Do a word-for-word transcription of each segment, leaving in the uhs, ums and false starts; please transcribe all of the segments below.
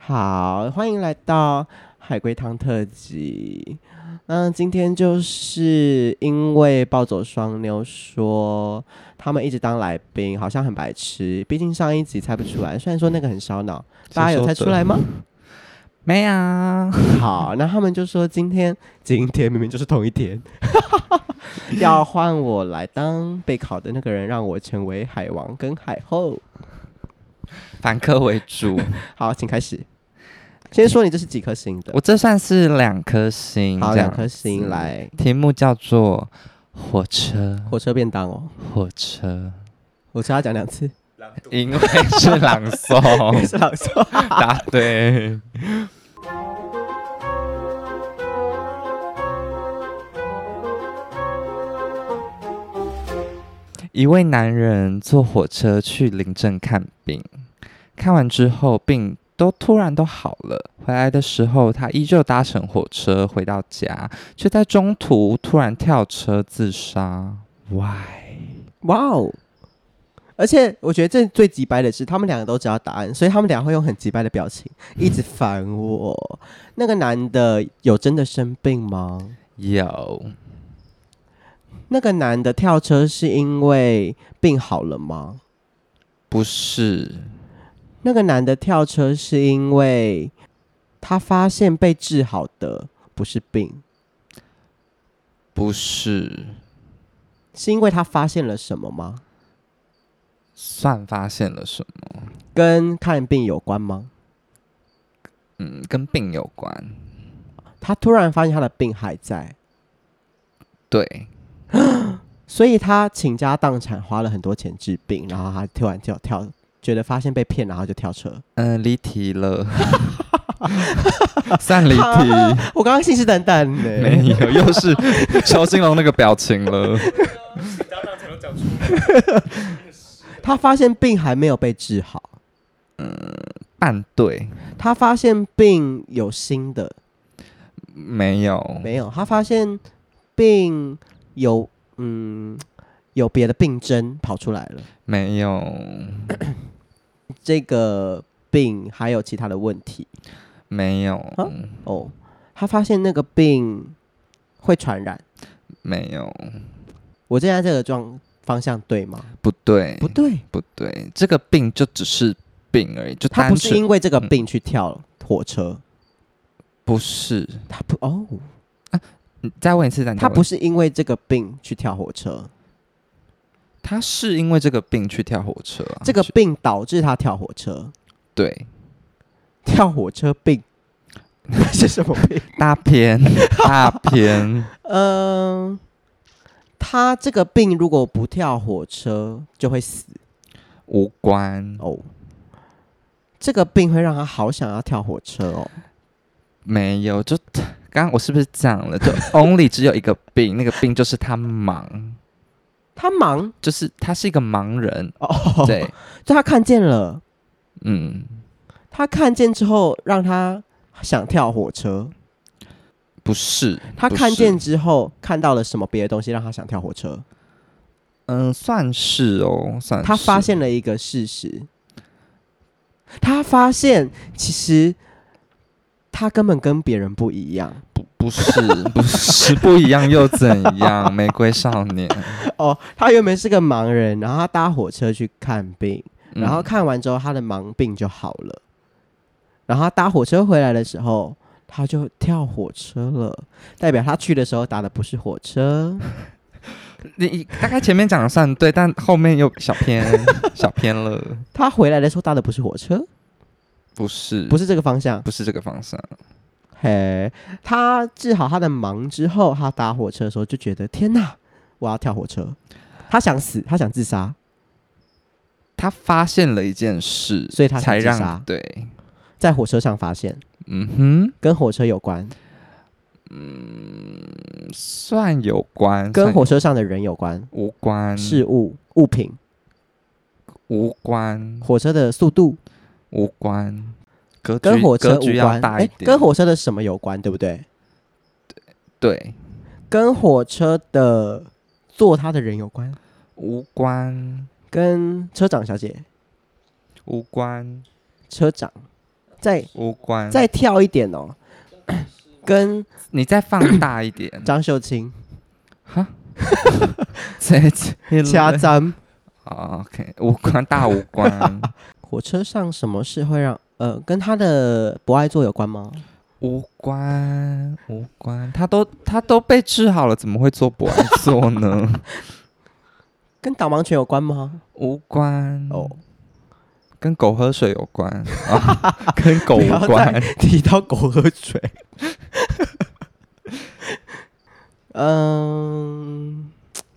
好，欢迎来到海龟汤特辑。那今天就是因为暴走双妞说他们一直当来宾，好像很白痴，毕竟上一集猜不出来。虽然说那个很烧脑，大家有猜出来吗？ 没有。 好，那他们就说今天今天明明就是同一天，要换我来当被考的那个人，让我成为海王跟海后。 反客为主。 好，请开始。先说你这是几颗星的？ 我这算是两颗星。 好，两颗星来。 题目叫做火车。 火车便当哦。 火车。 火车要讲两次， 因为是朗诵。 是朗诵。 答对。一位男人坐火车去临镇看病，看完之后病都突然都好了。回来的时候，他依旧搭乘火车回到家，却在中途突然跳车自杀。Why？ 哇哦！而且我觉得这最急掰的是，他们两个都知道答案，所以他们俩会用很急掰的表情一直烦我。那个男的有真的生病吗？ 有。 那个男的跳车是因为病好了吗？ 不是。 那个男的跳车是因为他发现被治好的不是病。 不是。 是因为他发现了什么吗？ 算发现了什么？ 跟看病有关吗？ 嗯，跟病有关。 他突然发现他的病还在。 对。 所以他倾家荡产，花了很多钱治病，然后他突然跳跳，觉得发现被骗，然后就跳车。 嗯、呃，离题了。算离题。 我刚刚信誓旦旦呢。 没有，又是萧金龙那个表情了。 他发现病还没有被治好。 嗯，半对。 他发现病有新的。 没有。 没有。他发现病有嗯有别的病症跑出来了。 没有。 这个病还有其他的问题。 没有。 啊、哦，他发现那个病会传染。 没有。 我现在这个状方向对吗？ 不对。 不对。 不对，这个病就只是病而已，就单纯他不是因为这个病去跳火车。嗯、 不是。 他不哦。 你再问一次。 他不是因为这个病去跳火车。 他是因为这个病去跳火车、啊、 这个病导致他跳火车。 对。 跳火车病是什么病？ 大偏大偏。 嗯、呃，他这个病如果不跳火车就会死。 无关哦。这个病会让他好想要跳火车哦。 没有，就刚刚我是不是讲了？就 only 只有一个病，那个病就是他盲。 他盲， 就是他是一个盲人。 哦， 对， 就他看见了。 嗯， 他看见之后让他想跳火车。 不是。 他看见之后看到了什么别的东西让他想跳火车？ 嗯，算是哦，算是。 他发现了一个事实，他发现其实他根本跟别人不一样。 不不是不是不一样又怎样？玫瑰少年。 哦，他原本是个盲人，然后他搭火车去看病，然后看完之后他的盲病就好了。然后他搭火车回来的时候，他就跳火车了，代表他去的时候搭的不是火车。 你大概前面讲的算对，但后面又小偏小偏了。 他回来的时候搭的不是火车。 不是。 不是这个方向。 不是这个方向。 嘿，他治好他的盲之后，他搭火车的时候就觉得天哪，我要跳火车。他想死，他想自杀。 他发现了一件事， 所以他才想自杀。 让对， 在火车上发现。 嗯哼， 跟火车有关。 嗯，算有关。 跟火车上的人有关。 无关。 事物物品。 无关。 火车的速度。 无关。格局跟火车格局要大一点。 跟火车的什么有关，对不对？ 对。 跟火车的坐他的人有关。 无关。 跟车长小姐。 无关。 车长。 再无关， 再跳一点哦，跟你再放大一点。 张秀清哈，这这掐针。 哦 OK， 无关，大无关。 火车上什么事会让呃跟他的不爱做有关吗？ 无关，无关，他都他都被治好了，怎么会做不爱做呢？ 跟导盲犬有关吗？ 无关哦， 跟狗喝水有关啊，跟狗无关。 提到狗喝水，嗯，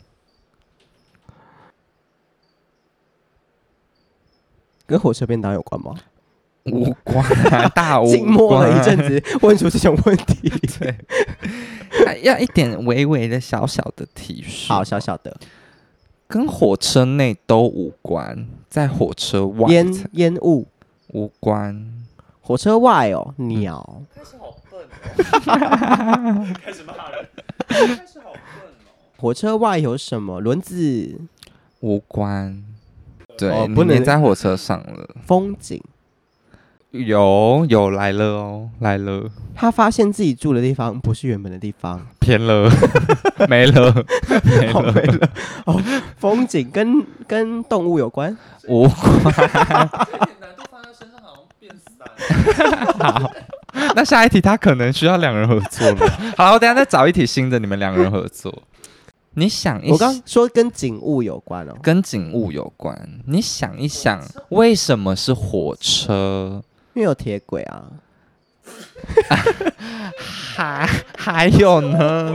跟火车便当有关吗？ 无关、啊，大无关。 静默了一阵子，问出这种问题。 对，要一点微微的小小的提示。 好，小小的， 跟火车内都无关，在火车外烟烟雾无关。 火车外哦，鸟。 开始好笨哦，开始骂人，开始好笨哦。 火车外有什么？轮子无关。对， 哦、不能你在火车上了。 风景有有来了哦，来了。 他发现自己住的地方不是原本的地方， 偏了，没了，没了， 哦、没了。哦，风景跟跟动物有关？ 无关。 难度放在身上好像变三。 好，那下一题他可能需要两人合作了。好，我等一下再找一题新的，你们两个人合作。你想一想， 我刚说跟景物有关哦， 跟景物有关。你想一想，为什么是火车？ 因为有铁轨啊。 还还有呢？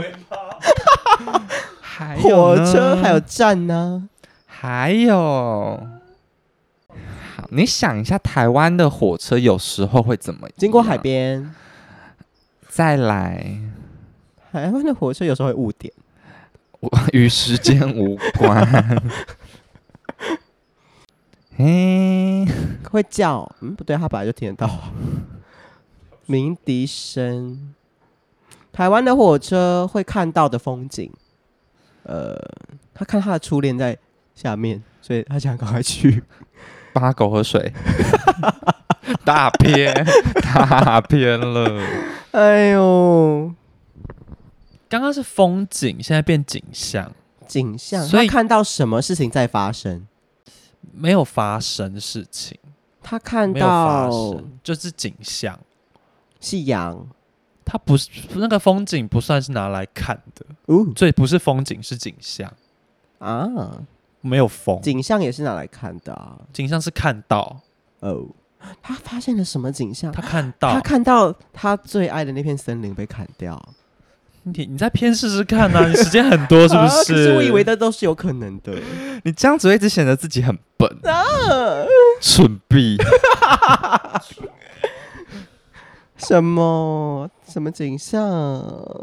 还有呢火车还有站呢、 还有。好，你想一下，台湾的火车有时候会怎么样？ 经过海边。 再来， 台湾的火车有时候会误点， 与时间无关。嘿， 会叫，嗯，不对，他本来就听得到。鸣笛声，台湾的火车会看到的风景，呃，他看他的初恋在下面，所以他想赶快去帮他狗喝水。大偏，大偏了。 哎呦， 刚刚是风景，现在变景象， 景象， 所以他看到什么事情在发生？ 没有发生事情， 他看没有发到生，就是景象。 夕阳， 它不是那个风景，不算是拿来看的， 哦所以不是风景，是景象， 啊， 没有风。 景象也是拿来看的啊。 景象是看到， 哦，他发现了什么景象？ 他看到， 他看到他最爱的那片森林被砍掉。 你你再偏试试看啊！你时间很多是不啊、 是？ 可是我以为的都是有可能的。 你这样只会一直显得自己很笨， 啊、 蠢逼。 什么什么景象？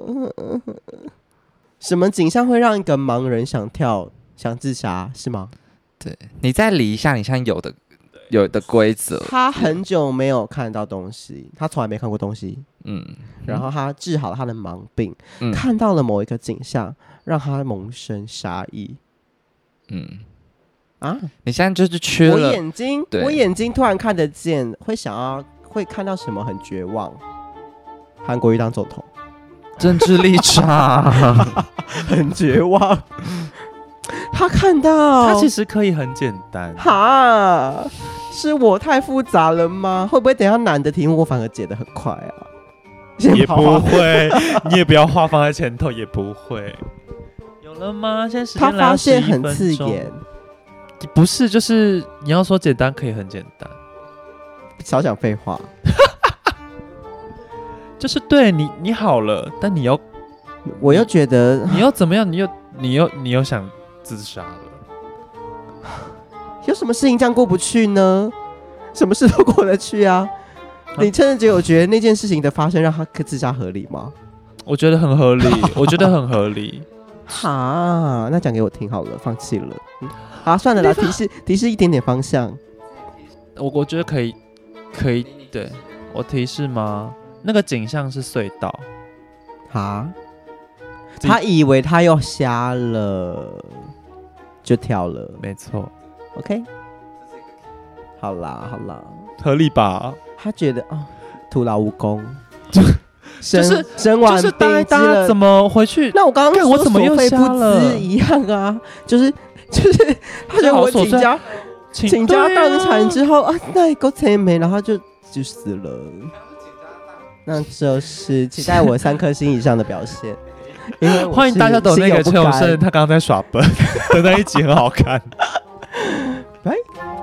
什么景象会让一个盲人想跳想自杀？是吗？ 对，你再理一下你现在有的有的规则。 他很久没有看到东西，他从来没看过东西。 嗯， 然后他治好了他的盲病， 嗯看到了某一个景象，让他萌生杀意。 嗯， 啊！ 你现在就是缺我了。 眼睛， 对我眼睛突然看得见，会想要，会看到什么？很绝望。韩国瑜当总统， 政治立场。 很绝望。他看到， 它其实可以很简单。 哈，是我太复杂了吗？会不会等一下难的题目我反而解得很快啊？ 也不会，你也不要话放在前头，也不会。有了吗？现在时他间来到发现很十一分钟刺眼， 不是，就是你要说简单，可以很简单， 少讲废话。 就是对你你好了，但你又我又觉得你又怎么样？你又你又你又想自杀了？ 有什么事情这样过不去呢？什么事都过得去啊！你真的只有觉得那件事情的发生让他自杀合理吗？ 我觉得很合理，我觉得很合理。 哈，那讲给我听好了，放弃了。嗯、好，算了啦，提示提示一点点方向。 我我觉得可以，可以，对我提示吗？那个景象是隧道。 哈，他以为他又瞎了，就跳了。 没错。 OK， 好啦好啦， 合理吧？ 他觉得哦，徒劳无功，就就是生完就是大病家怎么回去？ 那我刚刚我怎么又瞎了？ 一样啊，就是就是他觉得我请假请假当产之后啊，那一个才没，然后就就死了。那就是期待我三颗星以上的表现。因为欢迎大家懂那个陈永胜，他刚刚在耍笨的那一集很好看。 拜。